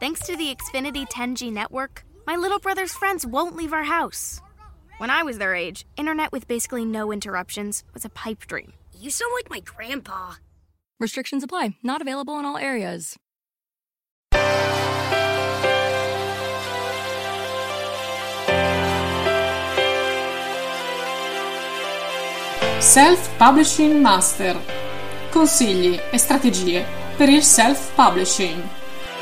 Thanks to the Xfinity 10G network, my little brother's friends won't leave our house. When I was their age, internet with basically no interruptions was a pipe dream. You sound like my grandpa. Restrictions apply. Not available in all areas. Self-Publishing Master. Consigli e strategie per il self-publishing.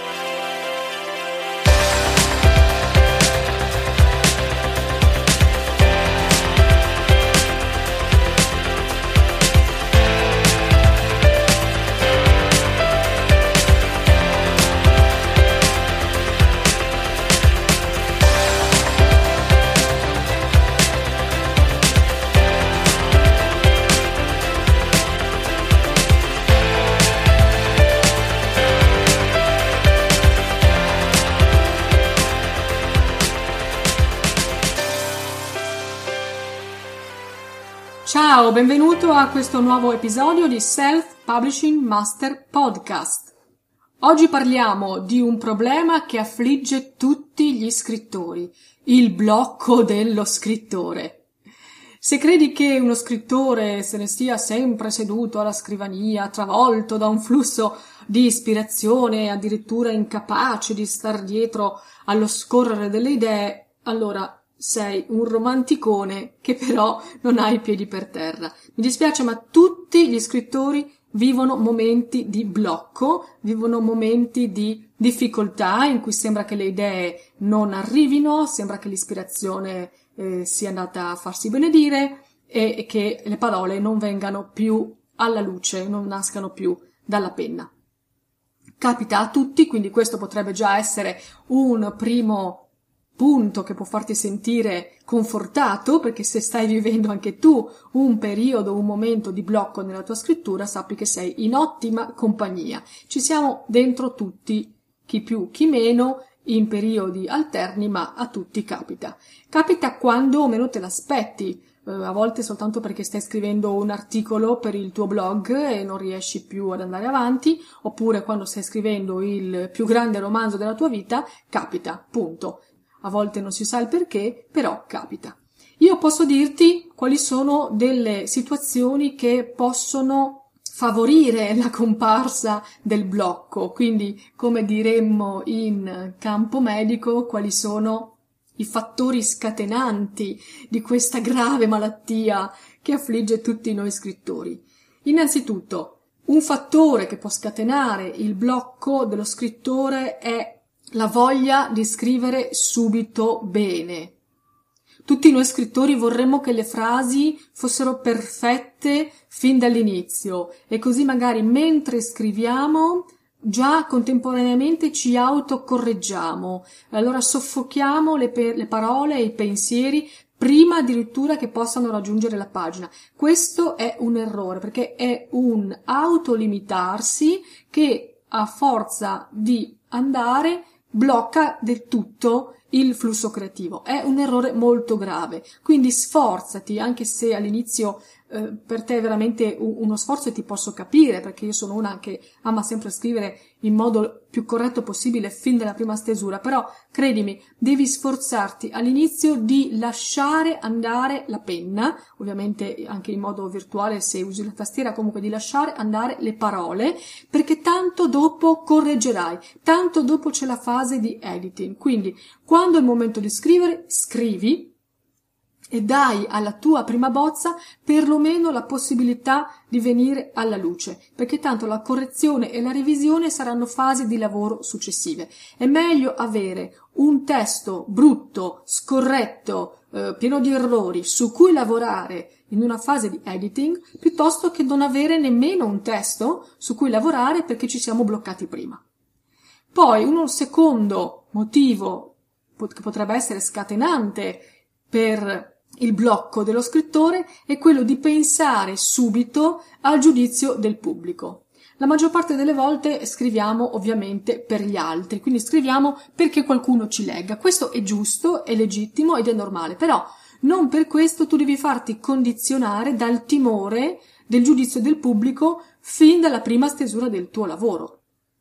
Ciao, benvenuto a questo nuovo episodio di Self-Publishing Master Podcast. Oggi parliamo di un problema che affligge tutti gli scrittori, il blocco dello scrittore. Se credi che uno scrittore se ne stia sempre seduto alla scrivania, travolto da un flusso di ispirazione, addirittura incapace di star dietro allo scorrere delle idee, allora sei un romanticone che però non ha i piedi per terra. Mi dispiace, ma tutti gli scrittori vivono momenti di blocco, vivono momenti di difficoltà in cui sembra che le idee non arrivino, sembra che l'ispirazione sia andata a farsi benedire e che le parole non vengano più alla luce, non nascano più dalla penna. Capita a tutti, quindi questo potrebbe già essere un primo punto che può farti sentire confortato, perché se stai vivendo anche tu un periodo, un momento di blocco nella tua scrittura, sappi che sei in ottima compagnia. Ci siamo dentro tutti, chi più chi meno, in periodi alterni, ma a tutti capita. Capita quando meno te l'aspetti, a volte soltanto perché stai scrivendo un articolo per il tuo blog e non riesci più ad andare avanti, oppure quando stai scrivendo il più grande romanzo della tua vita, capita, punto. A volte non si sa il perché, però capita. Io posso dirti quali sono delle situazioni che possono favorire la comparsa del blocco, quindi come diremmo in campo medico, quali sono i fattori scatenanti di questa grave malattia che affligge tutti noi scrittori. Innanzitutto, un fattore che può scatenare il blocco dello scrittore è la voglia di scrivere subito bene. Tutti noi scrittori vorremmo che le frasi fossero perfette fin dall'inizio e così magari mentre scriviamo già contemporaneamente ci autocorreggiamo, allora soffochiamo le parole e i pensieri prima addirittura che possano raggiungere la pagina. Questo è un errore, perché è un autolimitarsi che a forza di andare blocca del tutto il flusso creativo. È un errore molto grave, quindi sforzati, anche se all'inizio per te è veramente uno sforzo, e ti posso capire, perché io sono una che ama sempre scrivere in modo più corretto possibile fin dalla prima stesura, però credimi, devi sforzarti all'inizio di lasciare andare la penna, ovviamente anche in modo virtuale se usi la tastiera, comunque di lasciare andare le parole, perché tanto dopo correggerai, tanto dopo c'è la fase di editing. Quindi quando è il momento di scrivere, scrivi e dai alla tua prima bozza perlomeno la possibilità di venire alla luce, perché tanto la correzione e la revisione saranno fasi di lavoro successive. È meglio avere un testo brutto, scorretto, pieno di errori, su cui lavorare in una fase di editing, piuttosto che non avere nemmeno un testo su cui lavorare perché ci siamo bloccati prima. Poi un secondo motivo che potrebbe essere scatenante per il blocco dello scrittore è quello di pensare subito al giudizio del pubblico. La maggior parte delle volte scriviamo ovviamente per gli altri, quindi scriviamo perché qualcuno ci legga. Questo è giusto, è legittimo ed è normale, però non per questo tu devi farti condizionare dal timore del giudizio del pubblico fin dalla prima stesura del tuo lavoro.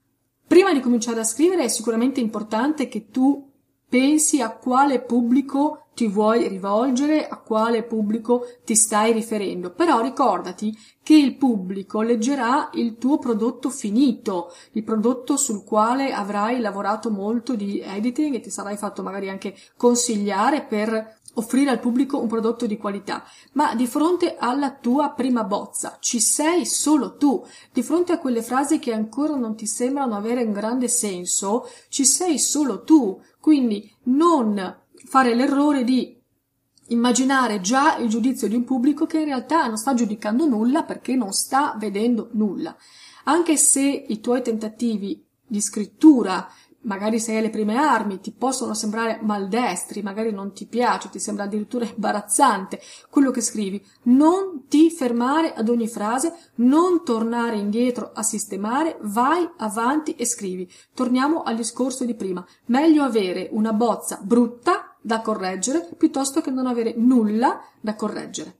Prima di cominciare a scrivere è sicuramente importante che tu pensi a quale pubblico ti vuoi rivolgere, a quale pubblico ti stai riferendo. Però ricordati che il pubblico leggerà il tuo prodotto finito, il prodotto sul quale avrai lavorato molto di editing e ti sarai fatto magari anche consigliare per offrire al pubblico un prodotto di qualità. Ma di fronte alla tua prima bozza ci sei solo tu. Di fronte a quelle frasi che ancora non ti sembrano avere un grande senso, ci sei solo tu. Quindi non fare l'errore di immaginare già il giudizio di un pubblico che in realtà non sta giudicando nulla perché non sta vedendo nulla. Anche se i tuoi tentativi di scrittura, magari sei alle prime armi, ti possono sembrare maldestri, magari non ti piace, ti sembra addirittura imbarazzante quello che scrivi, non ti fermare ad ogni frase, non tornare indietro a sistemare, vai avanti e scrivi. Torniamo al discorso di prima. Meglio avere una bozza brutta da correggere piuttosto che non avere nulla da correggere.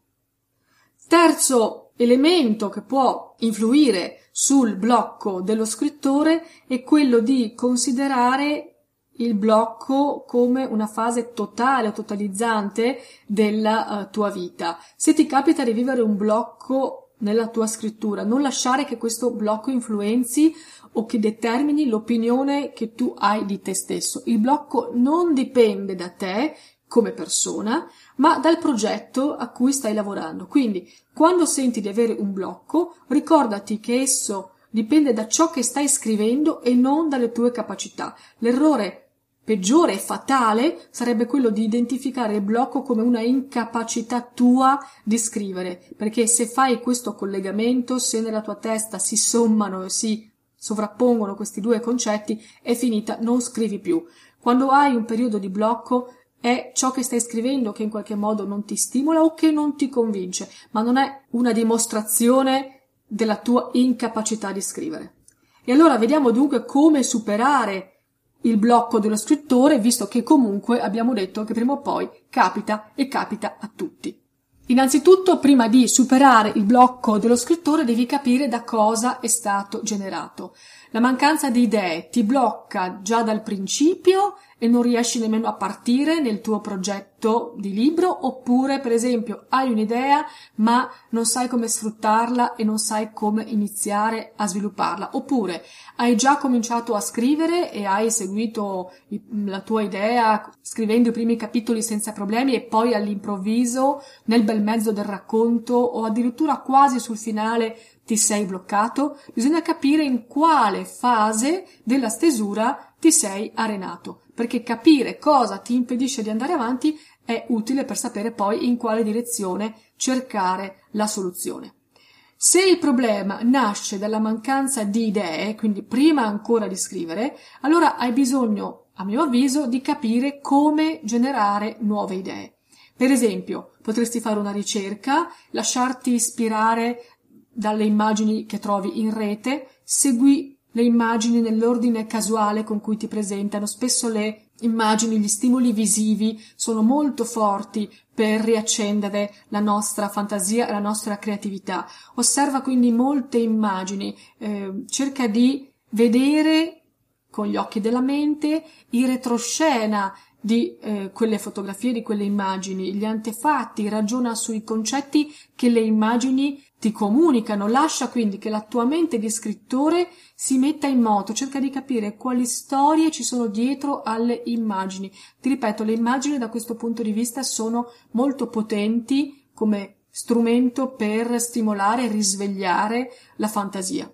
Terzo elemento che può influire sul blocco dello scrittore è quello di considerare il blocco come una fase totale o totalizzante della tua vita. Se ti capita di vivere un blocco nella tua scrittura, non lasciare che questo blocco influenzi o che determini l'opinione che tu hai di te stesso. Il blocco non dipende da te come persona, ma dal progetto a cui stai lavorando. Quindi, quando senti di avere un blocco, ricordati che esso dipende da ciò che stai scrivendo e non dalle tue capacità. L'errore peggiore e fatale sarebbe quello di identificare il blocco come una incapacità tua di scrivere, perché se fai questo collegamento, se nella tua testa si sommano e si sovrappongono questi due concetti, è finita, non scrivi più. Quando hai un periodo di blocco, è ciò che stai scrivendo che in qualche modo non ti stimola o che non ti convince, ma non è una dimostrazione della tua incapacità di scrivere. E allora vediamo dunque come superare il blocco dello scrittore, visto che comunque abbiamo detto che prima o poi capita e capita a tutti. Innanzitutto, prima di superare il blocco dello scrittore, devi capire da cosa è stato generato. La mancanza di idee ti blocca già dal principio e non riesci nemmeno a partire nel tuo progetto di libro, oppure, per esempio, hai un'idea ma non sai come sfruttarla e non sai come iniziare a svilupparla, oppure hai già cominciato a scrivere e hai seguito la tua idea scrivendo i primi capitoli senza problemi e poi all'improvviso, nel bel mezzo del racconto o addirittura quasi sul finale, ti sei bloccato. Bisogna capire in quale fase della stesura ti sei arenato, perché capire cosa ti impedisce di andare avanti è utile per sapere poi in quale direzione cercare la soluzione. Se il problema nasce dalla mancanza di idee, quindi prima ancora di scrivere, allora hai bisogno, a mio avviso, di capire come generare nuove idee. Per esempio, potresti fare una ricerca, lasciarti ispirare dalle immagini che trovi in rete, segui le immagini nell'ordine casuale con cui ti presentano. Spesso le immagini, gli stimoli visivi sono molto forti per riaccendere la nostra fantasia e la nostra creatività. Osserva quindi molte immagini, cerca di vedere con gli occhi della mente il retroscena di quelle fotografie, di quelle immagini, gli antefatti, ragiona sui concetti che le immagini ti comunicano, lascia quindi che la tua mente di scrittore si metta in moto, cerca di capire quali storie ci sono dietro alle immagini. Ti ripeto, le immagini da questo punto di vista sono molto potenti come strumento per stimolare e risvegliare la fantasia.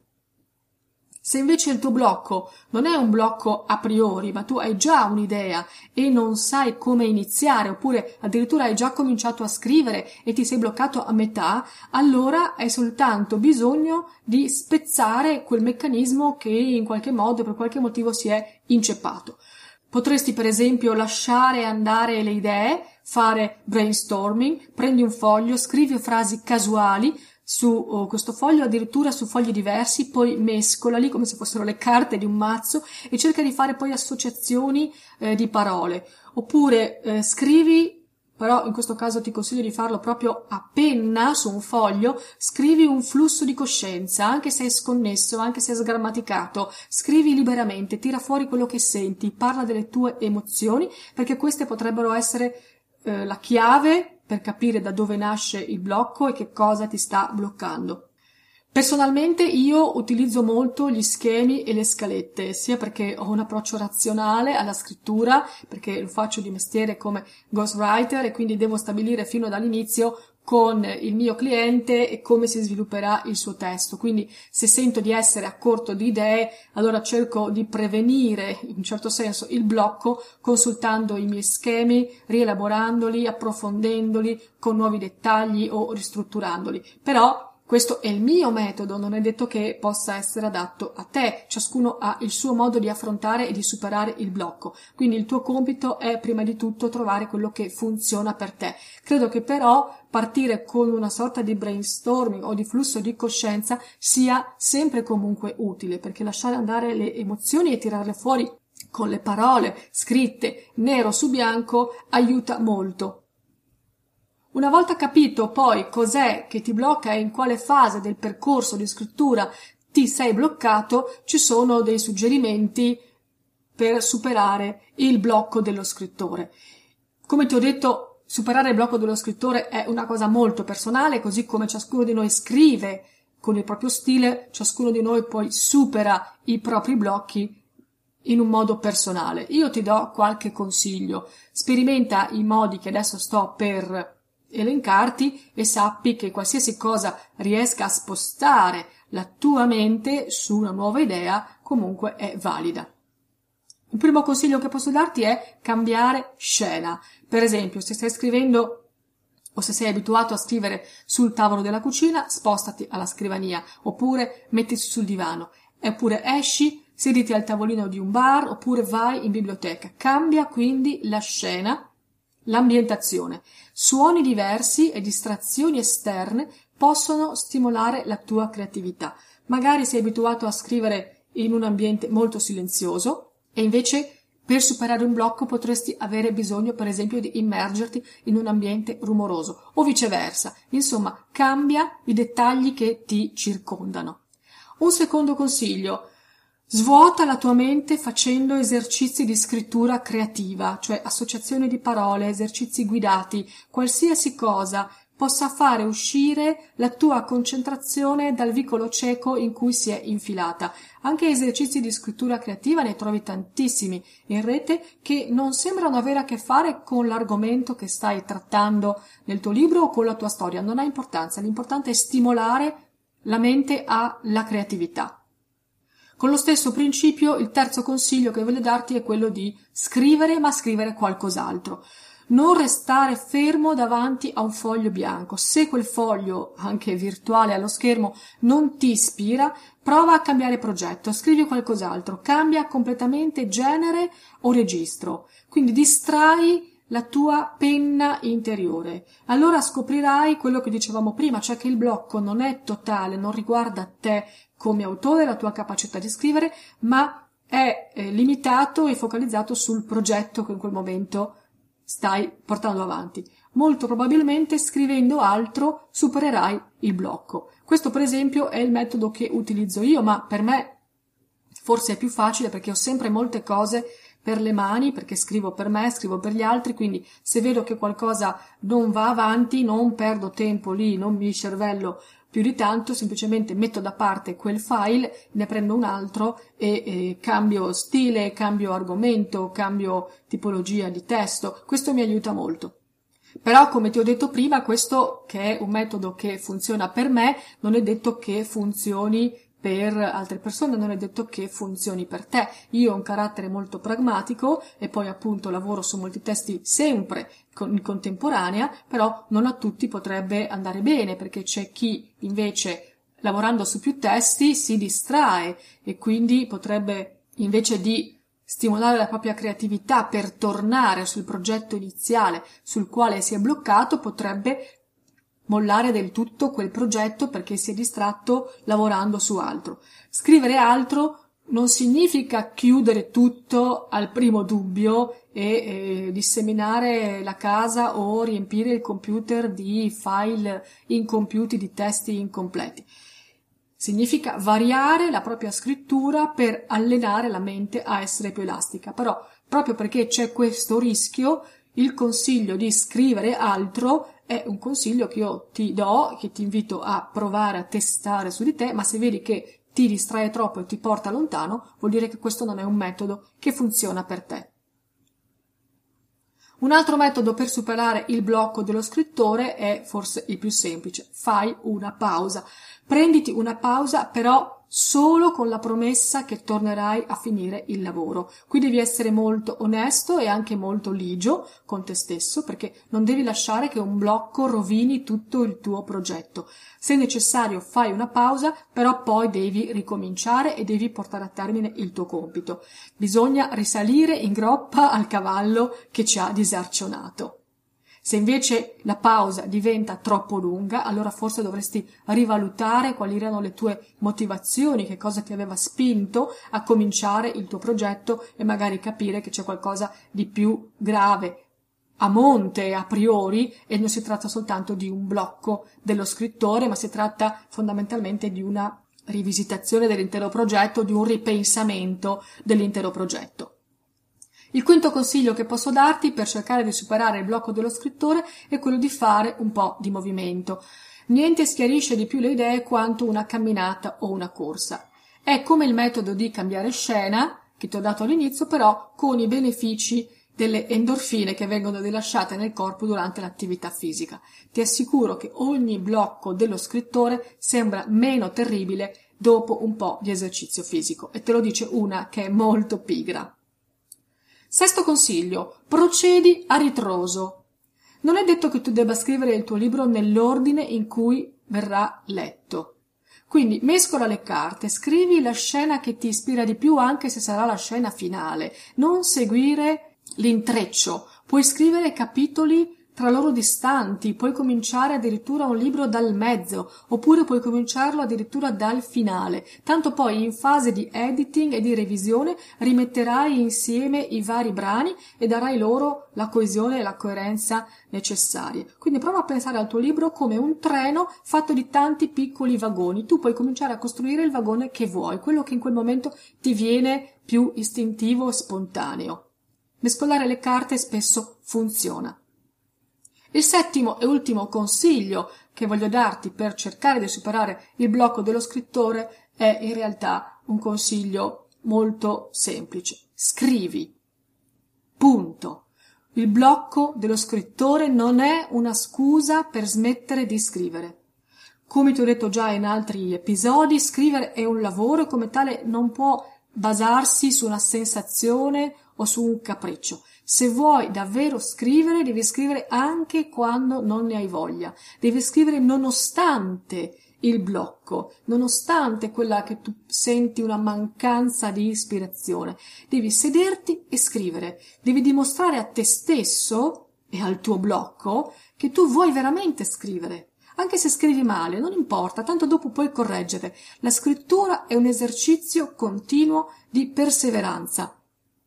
Se invece il tuo blocco non è un blocco a priori, ma tu hai già un'idea e non sai come iniziare, oppure addirittura hai già cominciato a scrivere e ti sei bloccato a metà, allora hai soltanto bisogno di spezzare quel meccanismo che in qualche modo, per qualche motivo, si è inceppato. Potresti per esempio lasciare andare le idee, fare brainstorming, prendi un foglio, scrivi frasi casuali su questo foglio, addirittura su fogli diversi, poi mescolali come se fossero le carte di un mazzo e cerca di fare poi associazioni di parole, oppure scrivi però in questo caso ti consiglio di farlo proprio a penna su un foglio, scrivi un flusso di coscienza, anche se è sconnesso, anche se è sgrammaticato, scrivi liberamente, tira fuori quello che senti, parla delle tue emozioni, perché queste potrebbero essere la chiave per capire da dove nasce il blocco e che cosa ti sta bloccando. Personalmente io utilizzo molto gli schemi e le scalette, sia perché ho un approccio razionale alla scrittura, perché lo faccio di mestiere come ghostwriter e quindi devo stabilire fino dall'inizio con il mio cliente e come si svilupperà il suo testo. Quindi se sento di essere a corto di idee, allora cerco di prevenire in un certo senso il blocco consultando i miei schemi, rielaborandoli, approfondendoli con nuovi dettagli o ristrutturandoli. Però questo è il mio metodo, non è detto che possa essere adatto a te, ciascuno ha il suo modo di affrontare e di superare il blocco, quindi il tuo compito è prima di tutto trovare quello che funziona per te. Credo che però partire con una sorta di brainstorming o di flusso di coscienza sia sempre comunque utile, perché lasciare andare le emozioni e tirarle fuori con le parole scritte nero su bianco aiuta molto. Una volta capito poi cos'è che ti blocca e in quale fase del percorso di scrittura ti sei bloccato, ci sono dei suggerimenti per superare il blocco dello scrittore. Come ti ho detto, superare il blocco dello scrittore è una cosa molto personale, così come ciascuno di noi scrive con il proprio stile, ciascuno di noi poi supera i propri blocchi in un modo personale. Io ti do qualche consiglio. Sperimenta i modi che adesso sto per elencarti e sappi che qualsiasi cosa riesca a spostare la tua mente su una nuova idea comunque è valida. Il primo consiglio che posso darti è cambiare scena. Per esempio, se stai scrivendo o se sei abituato a scrivere sul tavolo della cucina, spostati alla scrivania, oppure mettiti sul divano, oppure esci, sediti al tavolino di un bar, oppure vai in biblioteca. Cambia quindi la scena, l'ambientazione. Suoni diversi e distrazioni esterne possono stimolare la tua creatività. Magari sei abituato a scrivere in un ambiente molto silenzioso e invece per superare un blocco potresti avere bisogno, per esempio, di immergerti in un ambiente rumoroso o viceversa. Insomma, cambia i dettagli che ti circondano. Un secondo consiglio: svuota la tua mente facendo esercizi di scrittura creativa, cioè associazione di parole, esercizi guidati, qualsiasi cosa possa fare uscire la tua concentrazione dal vicolo cieco in cui si è infilata. Anche esercizi di scrittura creativa ne trovi tantissimi in rete che non sembrano avere a che fare con l'argomento che stai trattando nel tuo libro o con la tua storia. Non ha importanza, l'importante è stimolare la mente alla creatività. Con lo stesso principio, il terzo consiglio che voglio darti è quello di scrivere, ma scrivere qualcos'altro. Non restare fermo davanti a un foglio bianco. Se quel foglio, anche virtuale allo schermo, non ti ispira, prova a cambiare progetto, scrivi qualcos'altro, cambia completamente genere o registro. Quindi distrai la tua penna interiore. Allora scoprirai quello che dicevamo prima, cioè che il blocco non è totale, non riguarda te come autore, la tua capacità di scrivere, ma è limitato e focalizzato sul progetto che in quel momento stai portando avanti. Molto probabilmente scrivendo altro supererai il blocco. Questo per esempio è il metodo che utilizzo io, ma per me forse è più facile perché ho sempre molte cose per le mani, perché scrivo per me, scrivo per gli altri, quindi se vedo che qualcosa non va avanti non perdo tempo lì, non mi cervello più di tanto, semplicemente metto da parte quel file, ne prendo un altro e cambio stile, cambio argomento, cambio tipologia di testo. Questo mi aiuta molto. Però, come ti ho detto prima, questo che è un metodo che funziona per me, non è detto che funzioni per altre persone, non è detto che funzioni per te. Io ho un carattere molto pragmatico e poi appunto lavoro su molti testi sempre in contemporanea, però non a tutti potrebbe andare bene, perché c'è chi invece lavorando su più testi si distrae e quindi potrebbe, invece di stimolare la propria creatività per tornare sul progetto iniziale sul quale si è bloccato, potrebbe mollare del tutto quel progetto perché si è distratto lavorando su altro. Scrivere altro non significa chiudere tutto al primo dubbio e disseminare la casa o riempire il computer di file incompiuti, di testi incompleti. Significa variare la propria scrittura per allenare la mente a essere più elastica. Però, proprio perché c'è questo rischio, il consiglio di scrivere altro è un consiglio che io ti do, che ti invito a provare a testare su di te, ma se vedi che ti distrae troppo e ti porta lontano, vuol dire che questo non è un metodo che funziona per te. Un altro metodo per superare il blocco dello scrittore è forse il più semplice: fai una pausa. Prenditi una pausa, però solo con la promessa che tornerai a finire il lavoro. Qui devi essere molto onesto e anche molto ligio con te stesso, perché non devi lasciare che un blocco rovini tutto il tuo progetto. Se necessario fai una pausa, però poi devi ricominciare e devi portare a termine il tuo compito. Bisogna risalire in groppa al cavallo che ci ha disarcionato. Se invece la pausa diventa troppo lunga, allora forse dovresti rivalutare quali erano le tue motivazioni, che cosa ti aveva spinto a cominciare il tuo progetto e magari capire che c'è qualcosa di più grave a monte a priori e non si tratta soltanto di un blocco dello scrittore, ma si tratta fondamentalmente di una rivisitazione dell'intero progetto, di un ripensamento dell'intero progetto. Il quinto consiglio che posso darti per cercare di superare il blocco dello scrittore è quello di fare un po' di movimento. Niente schiarisce di più le idee quanto una camminata o una corsa. È come il metodo di cambiare scena che ti ho dato all'inizio, però con i benefici delle endorfine che vengono rilasciate nel corpo durante l'attività fisica. Ti assicuro che ogni blocco dello scrittore sembra meno terribile dopo un po' di esercizio fisico, e te lo dice una che è molto pigra. Sesto consiglio: procedi a ritroso. Non è detto che tu debba scrivere il tuo libro nell'ordine in cui verrà letto. Quindi mescola le carte, scrivi la scena che ti ispira di più, anche se sarà la scena finale. Non seguire l'intreccio. Puoi scrivere capitoli tra loro distanti, puoi cominciare addirittura un libro dal mezzo, oppure puoi cominciarlo addirittura dal finale. Tanto poi in fase di editing e di revisione rimetterai insieme i vari brani e darai loro la coesione e la coerenza necessarie. Quindi prova a pensare al tuo libro come un treno fatto di tanti piccoli vagoni. Tu puoi cominciare a costruire il vagone che vuoi, quello che in quel momento ti viene più istintivo e spontaneo. Mescolare le carte spesso funziona. Il settimo e ultimo consiglio che voglio darti per cercare di superare il blocco dello scrittore è in realtà un consiglio molto semplice. Scrivi. Punto. Il blocco dello scrittore non è una scusa per smettere di scrivere. Come ti ho detto già in altri episodi, scrivere è un lavoro e come tale non può basarsi su una sensazione o su un capriccio. Se vuoi davvero scrivere, devi scrivere anche quando non ne hai voglia. Devi scrivere nonostante il blocco, nonostante quella che tu senti una mancanza di ispirazione. Devi sederti e scrivere. Devi dimostrare a te stesso e al tuo blocco che tu vuoi veramente scrivere. Anche se scrivi male, non importa, tanto dopo puoi correggere. La scrittura è un esercizio continuo di perseveranza.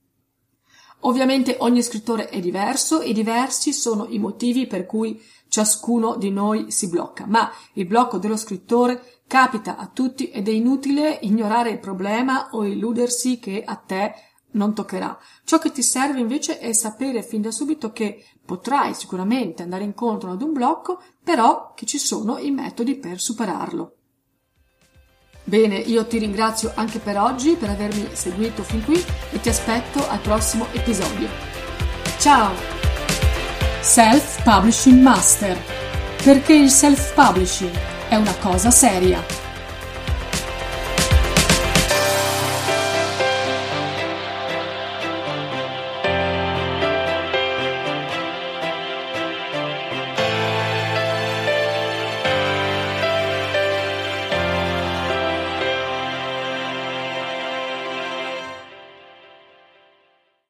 Ovviamente ogni scrittore è diverso e diversi sono i motivi per cui ciascuno di noi si blocca, ma il blocco dello scrittore capita a tutti ed è inutile ignorare il problema o illudersi che a te non toccherà. Ciò che ti serve invece è sapere fin da subito che potrai sicuramente andare incontro ad un blocco, però che ci sono i metodi per superarlo. Bene, io ti ringrazio anche per oggi, per avermi seguito fin qui e ti aspetto al prossimo episodio. Ciao! Self Publishing Master, perché il self-publishing è una cosa seria.